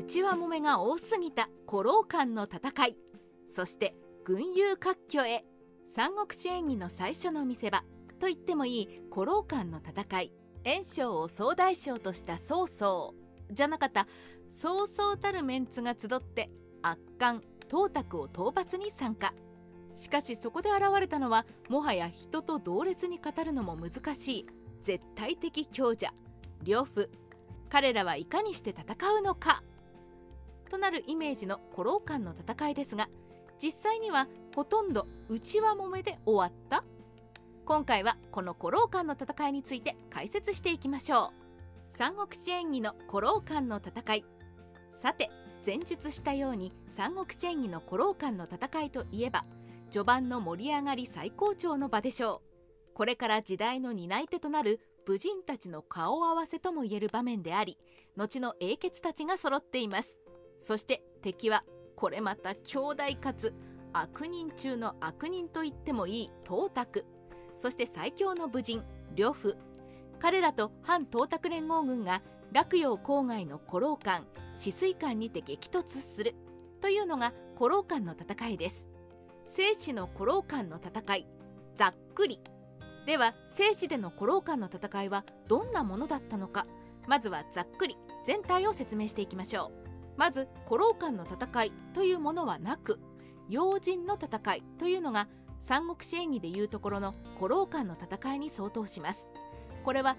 内輪もめが多すぎた古老間の戦い、そして群雄割拠へ。三国志演義の最初の見せ場と言ってもいい古老間の戦い、袁紹を総大将とした曹操じゃなかった、そうそうたるメンツが集って圧巻董卓を討伐に参加。しかしそこで現れたのは、もはや人と同列に語るのも難しい絶対的強者呂布。彼らはいかにして戦うのかとなるイメージの古老間の戦いですが、実際にはほとんど内輪もめで終わった。今回はこの古老間の戦いについて解説していきましょう。三国志演義の古老間の戦い。さて、前述したように三国志演義の古老間の戦いといえば、序盤の盛り上がり最高潮の場でしょう。これから時代の担い手となる武人たちの顔合わせともいえる場面であり、後の英傑たちが揃っています。そして敵はこれまた強大かつ悪人中の悪人と言ってもいい董卓、そして最強の武人呂布。彼らと反董卓連合軍が洛陽郊外の古老間止水間にて激突するというのが古老間の戦いです。正史の古老間の戦い、ざっくり。では正史での古老間の戦いはどんなものだったのか、まずはざっくり全体を説明していきましょう。まず古老間の戦いというものはなく、要人の戦いというのが三国志演義でいうところの古老間の戦いに相当します。これは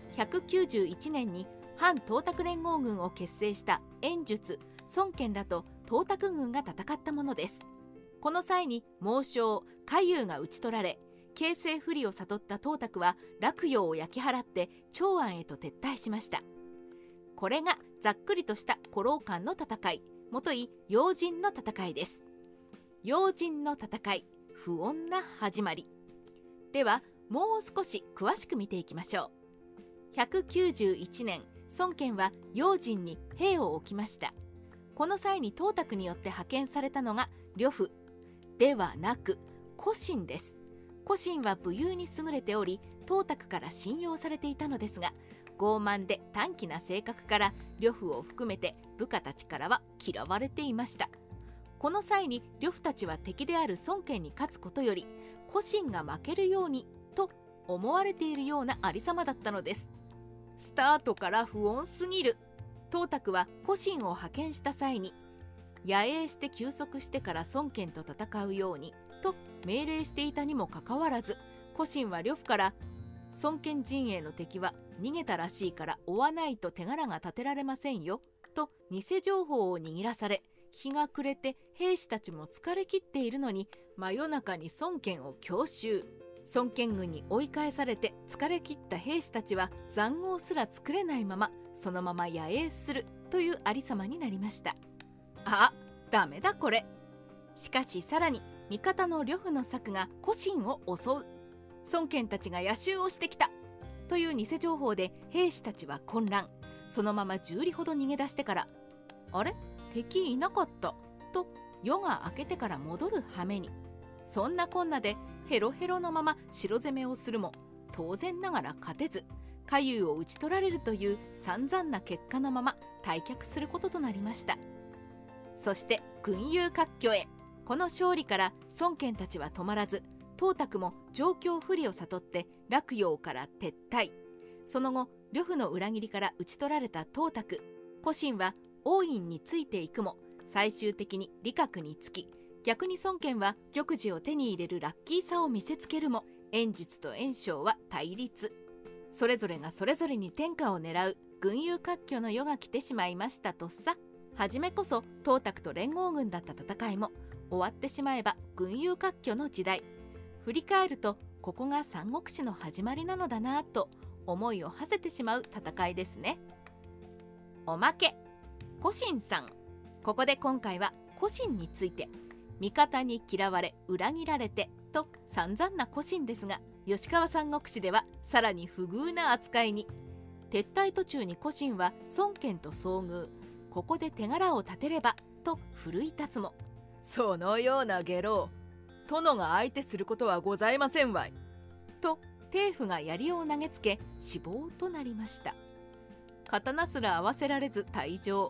191年に反董卓連合軍を結成した袁術、孫権らと董卓軍が戦ったものです。この際に猛将夏油が討ち取られ、形勢不利を悟った董卓は洛陽を焼き払って長安へと撤退しました。これがざっくりとした古老間の戦い、もとい要人の戦いです。要人の戦い、不穏な始まり。ではもう少し詳しく見ていきましょう。191年、孫権は要人に兵を置きました。この際に董卓によって派遣されたのが呂布ではなく古信です。古信は武勇に優れており、董卓から信用されていたのですが、傲慢で短気な性格から呂布を含めて部下たちからは嫌われていました。この際に呂布たちは敵である孫権に勝つことより古信が負けるようにと思われているようなありさまだったのです。スタートから不穏すぎる。董卓は古信を派遣した際に、野営して休息してから孫権と戦うようにと命令していたにもかかわらず、古信は呂布から孫権陣営の敵は逃げたらしいから追わないと手柄が立てられませんよと偽情報を握らされ、日が暮れて兵士たちも疲れ切っているのに真夜中に孫権を強襲。孫権軍に追い返されて疲れ切った兵士たちは塹壕すら作れないままそのまま野営するというありさまになりました。あ、ダメだこれ。しかしさらに味方の呂布の策が古信を襲う。孫権たちが野襲をしてきたという偽情報で兵士たちは混乱。そのまま10里ほど逃げ出してから、あれ敵いなかったと夜が明けてから戻る羽目に。そんなこんなでヘロヘロのまま城攻めをするも当然ながら勝てず、夏油を討ち取られるという散々な結果のまま退却することとなりました。そして群雄割拠へ。この勝利から孫権たちは止まらず、董卓も状況不利を悟って洛陽から撤退。その後呂布の裏切りから討ち取られた董卓、古信は王院についていくも最終的に李覚につき、逆に孫権は玉璽を手に入れるラッキーさを見せつけるも、袁術と袁紹は対立。それぞれがそれぞれに天下を狙う群雄割拠の世が来てしまいましたとさ。初めこそ董卓と連合軍だった戦いも終わってしまえば群雄割拠の時代。振り返るとここが三国志の始まりなのだなぁと思いを馳せてしまう戦いですね。おまけ、古信さん。ここで今回は古信について、味方に嫌われ裏切られてと散々な古信ですが、吉川三国志ではさらに不遇な扱いに。撤退途中に古信は孫権と遭遇。ここで手柄を立てればと奮い立つも、そのような下郎、殿が相手することはございませんわいと程布が槍を投げつけ死亡となりました。刀すら合わせられず退場。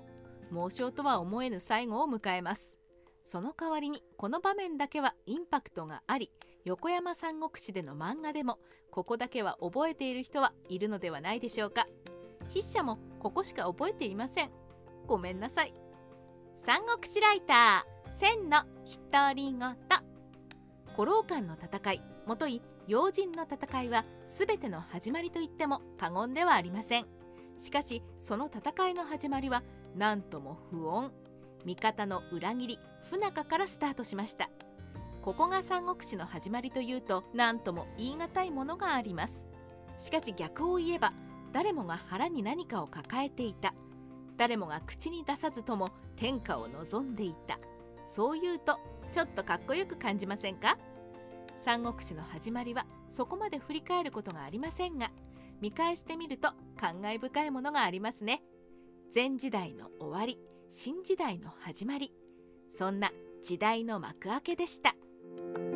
猛将とは思えぬ最後を迎えます。その代わりにこの場面だけはインパクトがあり、横山三国志での漫画でもここだけは覚えている人はいるのではないでしょうか。筆者もここしか覚えていません。ごめんなさい。三国志ライター千の独り言。古老館の戦い、もとい要人の戦いは全ての始まりといっても過言ではありません。しかしその戦いの始まりはなんとも不穏、味方の裏切り、不仲からスタートしました。ここが三国志の始まりというと何とも言い難いものがあります。しかし逆を言えば、誰もが腹に何かを抱えていた、誰もが口に出さずとも天下を望んでいた、そう言うとちょっとかっこよく感じませんか。三国志の始まりはそこまで振り返ることがありませんが、見返してみると感慨深いものがありますね。前時代の終わり、新時代の始まり、そんな時代の幕開けでした。